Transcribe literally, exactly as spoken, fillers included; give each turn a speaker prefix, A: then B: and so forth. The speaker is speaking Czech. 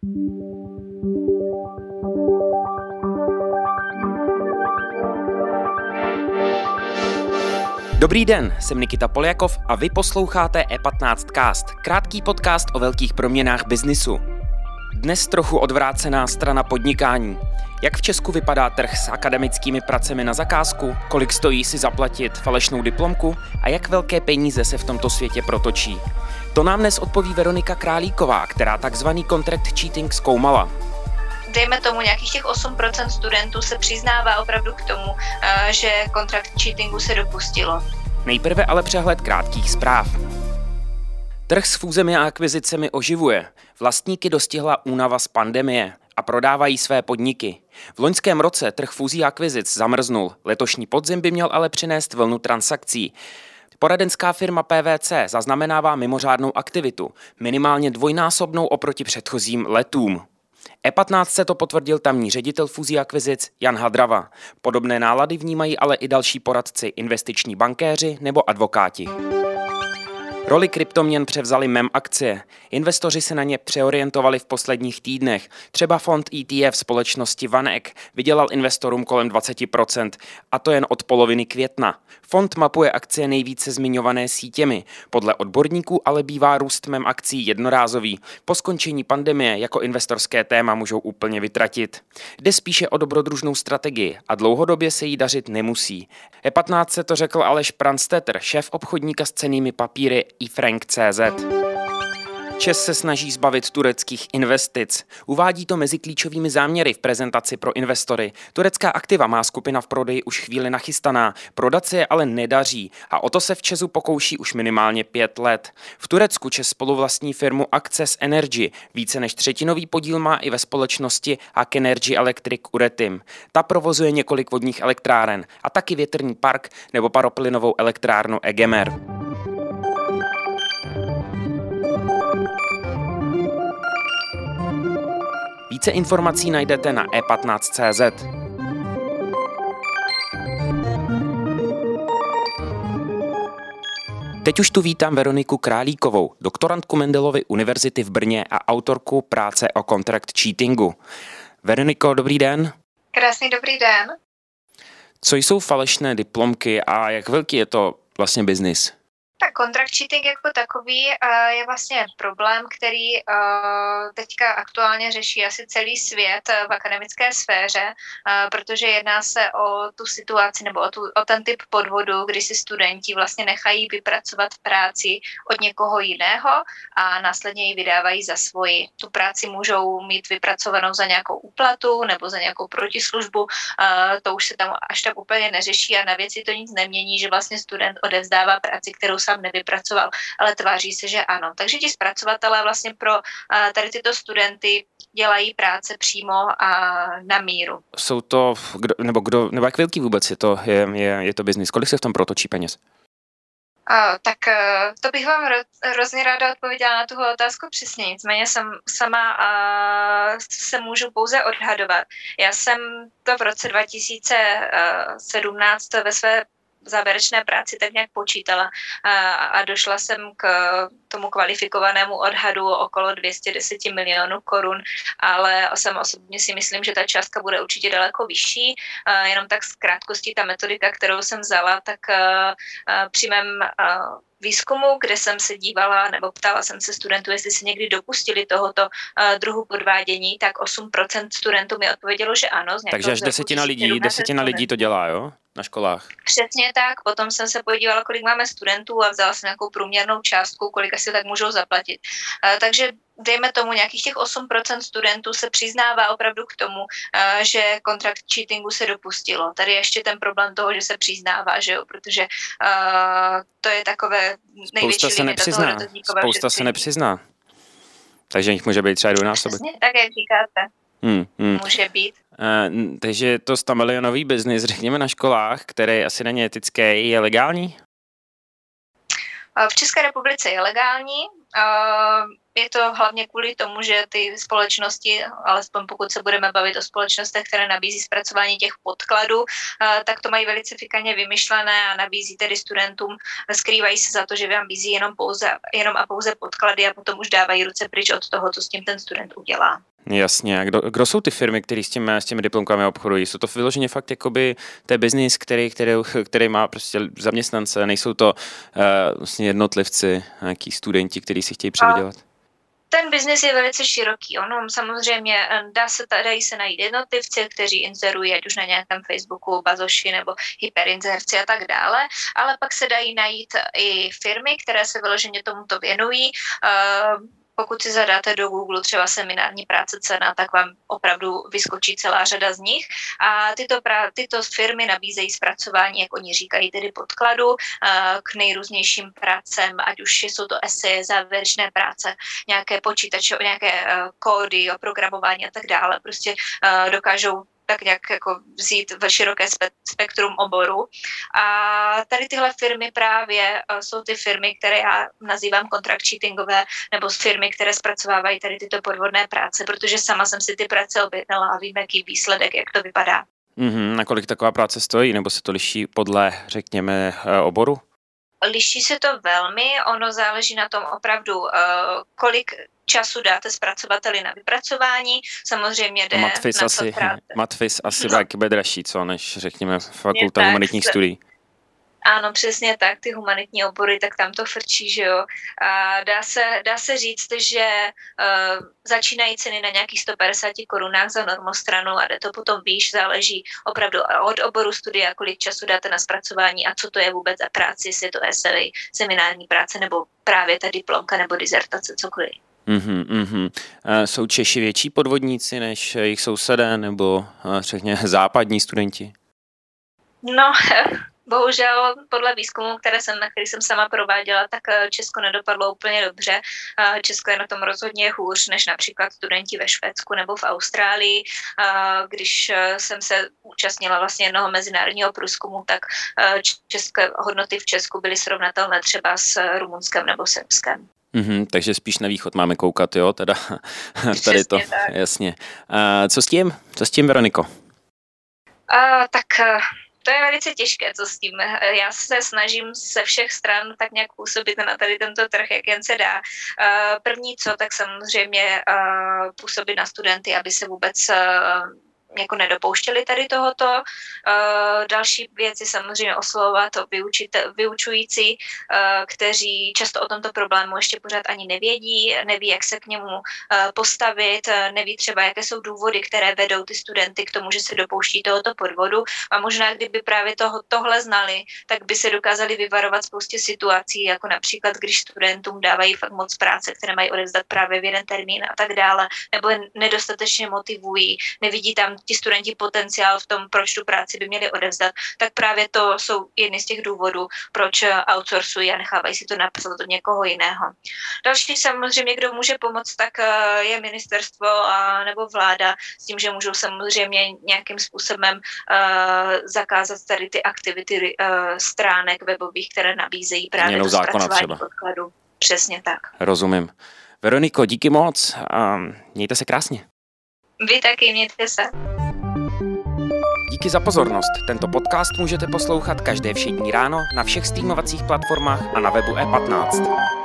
A: Dobrý den, jsem Nikita Poljakov a vy posloucháte E patnáct Cast, krátký podcast o velkých proměnách biznisu. Dnes trochu odvrácená strana podnikání. Jak v Česku vypadá trh s akademickými pracemi na zakázku, kolik stojí si zaplatit falešnou diplomku a jak velké peníze se v tomto světě protočí. To nám dnes odpoví Veronika Králíková, která takzvaný contract cheating zkoumala.
B: Dejme tomu nějakých těch osm procent studentů se přiznává opravdu k tomu, že contract cheatingu se dopustilo.
A: Nejprve ale přehled krátkých zpráv. Trh s fúzemi a akvizicemi oživuje. Vlastníky dostihla únava z pandemie a prodávají své podniky. V loňském roce trh fúzí a akvizic zamrznul. Letošní podzim by měl ale přinést vlnu transakcí. Poradenská firma P V C zaznamenává mimořádnou aktivitu, minimálně dvojnásobnou oproti předchozím letům. E patnáct se to potvrdil tamní ředitel fúzí a akvizic Jan Hadrava. Podobné nálady vnímají ale i další poradci, investiční bankéři nebo advokáti. Roli kryptoměn převzali mem akcie. Investoři se na ně přeorientovali v posledních týdnech. Třeba fond E T F společnosti VanEck vydělal investorům kolem dvacet procent, a to jen od poloviny května. Fond mapuje akcie nejvíce zmiňované sítěmi. Podle odborníků ale bývá růst mem akcí jednorázový. Po skončení pandemie jako investorské téma můžou úplně vytratit. Jde spíše o dobrodružnou strategii a dlouhodobě se jí dařit nemusí. E patnáct se to řekl Aleš Pranstetter, šéf obchodníka s cennými papíry i Frank tečka cé zet. ČEZ se snaží zbavit tureckých investic. Uvádí to mezi klíčovými záměry v prezentaci pro investory. Turecká aktiva má skupina v prodeji už chvíli nachystaná, prodat se je ale nedaří a o to se v ČEZu pokouší už minimálně pět let. V Turecku ČEZ spoluvlastní firmu Access Energy. Více než třetinový podíl má i ve společnosti Ak Energy Electric Uretim. Ta provozuje několik vodních elektráren a taky větrný park nebo paroplynovou elektrárnu Egemer. Více informací najdete na e patnáct tečka cé zet. Teď už tu vítám Veroniku Králíkovou, doktorantku Mendelovy univerzity v Brně a autorku práce o contract cheatingu. Veroniko, dobrý den.
B: Krásný dobrý den.
A: Co jsou falešné diplomky a jak velký je to vlastně biznis?
B: Tak contract cheating jako takový je vlastně problém, který teďka aktuálně řeší asi celý svět v akademické sféře, protože jedná se o tu situaci nebo o, tu, o ten typ podvodu, kdy si studenti vlastně nechají vypracovat práci od někoho jiného a následně ji vydávají za svoji. Tu práci můžou mít vypracovanou za nějakou úplatu nebo za nějakou protislužbu, to už se tam až tak úplně neřeší a na věci to nic nemění, že vlastně student odevzdává práci, kterou sám nevypracoval, ale tváří se, že ano. Takže ti zpracovatelé vlastně pro tady tyto studenty dělají práce přímo a na míru.
A: Jsou to, kdo, nebo kdo, nebo jak velký vůbec je to, je, je, je to biznis? Kolik se v tom protočí peněz?
B: Uh, tak uh, to bych vám ro- hrozně ráda odpověděla na tuhle otázku přesně, nicméně jsem sama uh, se můžu pouze odhadovat. Já jsem to v roce dva tisíce sedmnáct ve své závěrečné práci tak nějak počítala a, a došla jsem k tomu kvalifikovanému odhadu okolo dvě stě deset milionů korun, ale jsem osobně si myslím, že ta částka bude určitě daleko vyšší. A jenom tak z krátkosti ta metodika, kterou jsem vzala, tak a, a při mém a, výzkumu, kde jsem se dívala nebo ptala jsem se studentů, jestli se někdy dopustili tohoto uh, druhu podvádění, tak osm procent studentů mi odpovědělo, že ano.
A: Takže až desetina lidí, desetina lidí to dělá, jo? Na školách.
B: Přesně tak, potom jsem se podívala, kolik máme studentů a vzala jsem nějakou průměrnou částku, kolik asi tak můžou zaplatit. Uh, takže dejme tomu nějakých těch osm procent studentů se přiznává opravdu k tomu, uh, že contract cheatingu se dopustilo. Tady ještě ten problém toho, že se přiznává, že jo, protože uh, to je takové největší
A: Spousta se nepřizná. Spousta se nepřizná. Takže jich může být třeba dvojnásobek.
B: Přesně tak, jak říkáte.
A: Hmm, hmm.
B: Může být.
A: Uh, takže je to sto milionový biznis, řekněme, na školách, který asi není etický, je legální?
B: V České republice je legální. Je to hlavně kvůli tomu, že ty společnosti, alespoň pokud se budeme bavit o společnostech, které nabízí zpracování těch podkladů, tak to mají velice fikaně vymyšlené a nabízí tedy studentům, skrývají se za to, že nabízí jenom, pouze, jenom a pouze podklady a potom už dávají ruce pryč od toho, co s tím ten student udělá.
A: Jasně. A kdo, kdo jsou ty firmy, které s těmi, s těmi diplomkami obchodují? Jsou to vyloženě fakt jakoby to je biznis, který, který, který má prostě zaměstnance, nejsou to uh, vlastně jednotlivci, nějaký studenti, kteří si chtějí přivydělat?
B: Ten biznis je velice široký. Ono samozřejmě dá se, dají se najít jednotlivci, kteří inzerují, ať už na nějakém Facebooku, bazoši nebo hyperinzerci a tak dále, ale pak se dají najít i firmy, které se vyloženě tomuto věnují. Uh, Pokud si zadáte do Google třeba seminární práce cena, tak vám opravdu vyskočí celá řada z nich. A tyto, pra, tyto firmy nabízejí zpracování, jak oni říkají, tedy podkladu k nejrůznějším prácem, ať už jsou to eseje, závěrečné práce, nějaké počítače, nějaké kódy, oprogramování a tak dále. Prostě dokážou tak nějak jako vzít v široké spektrum oboru. A tady tyhle firmy právě jsou ty firmy, které já nazývám contract cheatingové, nebo firmy, které zpracovávají tady tyto podvodné práce, protože sama jsem si ty práce objednala a vím, jaký výsledek, jak to vypadá.
A: Mm-hmm. Na kolik taková práce stojí, nebo se to liší podle, řekněme, oboru?
B: Liší se to velmi, ono záleží na tom opravdu, kolik času dáte zpracovateli na vypracování, samozřejmě jde
A: Matfis
B: na
A: asi,
B: to
A: Matfis asi no. bude dražší, co, než řekněme fakulta
B: tak,
A: humanitních studií.
B: Ano, přesně tak, ty humanitní obory, tak tam to frčí, že jo. A dá se, dá se říct, že uh, začínají ceny na nějakých sto padesát korunách za normostranu a jde to potom výš, záleží opravdu od oboru studia, kolik času dáte na zpracování a co to je vůbec za práci, jestli je to esej, seminární práce nebo právě ta diplomka nebo dizertace, cokoliv.
A: Mm-hmm, mm-hmm. Jsou Češi větší podvodníci než jejich sousedé nebo řekněme západní studenti?
B: No, bohužel podle výzkumu, které jsem, na který jsem sama prováděla, tak Česko nedopadlo úplně dobře. Česko je na tom rozhodně hůř než například studenti ve Švédsku nebo v Austrálii. Když jsem se účastnila vlastně jednoho mezinárodního průzkumu, tak české hodnoty v Česku byly srovnatelné třeba s Rumunskem nebo Srbskem.
A: Mm-hmm, takže spíš na východ máme koukat, jo, teda tady to, tak. Jasně. A co s tím? Co s tím, Veroniko?
B: A, tak to je velice těžké, co s tím. Já se snažím ze všech stran tak nějak působit na tady tento trh, jak jen se dá. První co, tak samozřejmě působit na studenty, aby se vůbec jako nedopouštěli tady tohoto. Uh, další věc je samozřejmě oslovovat vyučit, vyučující, uh, kteří často o tomto problému ještě pořád ani nevědí, neví, jak se k němu uh, postavit, uh, neví třeba, jaké jsou důvody, které vedou ty studenty k tomu, že se dopouští tohoto podvodu. A možná, kdyby právě toho, tohle znali, tak by se dokázali vyvarovat spoustě situací, jako například, když studentům dávají fakt moc práce, které mají odevzdat právě v jeden termín a tak dále, nebo je nedostatečně motivují, nevidí tam ti studenti potenciál v tom, proč tu práci by měli odevzdat, tak právě to jsou jedny z těch důvodů, proč outsourcují a nechávají si to napsat od někoho jiného. Další samozřejmě, kdo může pomoct, tak je ministerstvo a nebo vláda s tím, že můžou samozřejmě nějakým způsobem uh, zakázat tady ty aktivity uh, stránek webových, které nabízejí právě to zpracování podkladu. Přesně tak.
A: Rozumím. Veroniko, díky moc a mějte se krásně.
B: Vy taky, mějte se.
A: Díky za pozornost. Tento podcast můžete poslouchat každé všední ráno na všech streamovacích platformách a na webu E patnáct.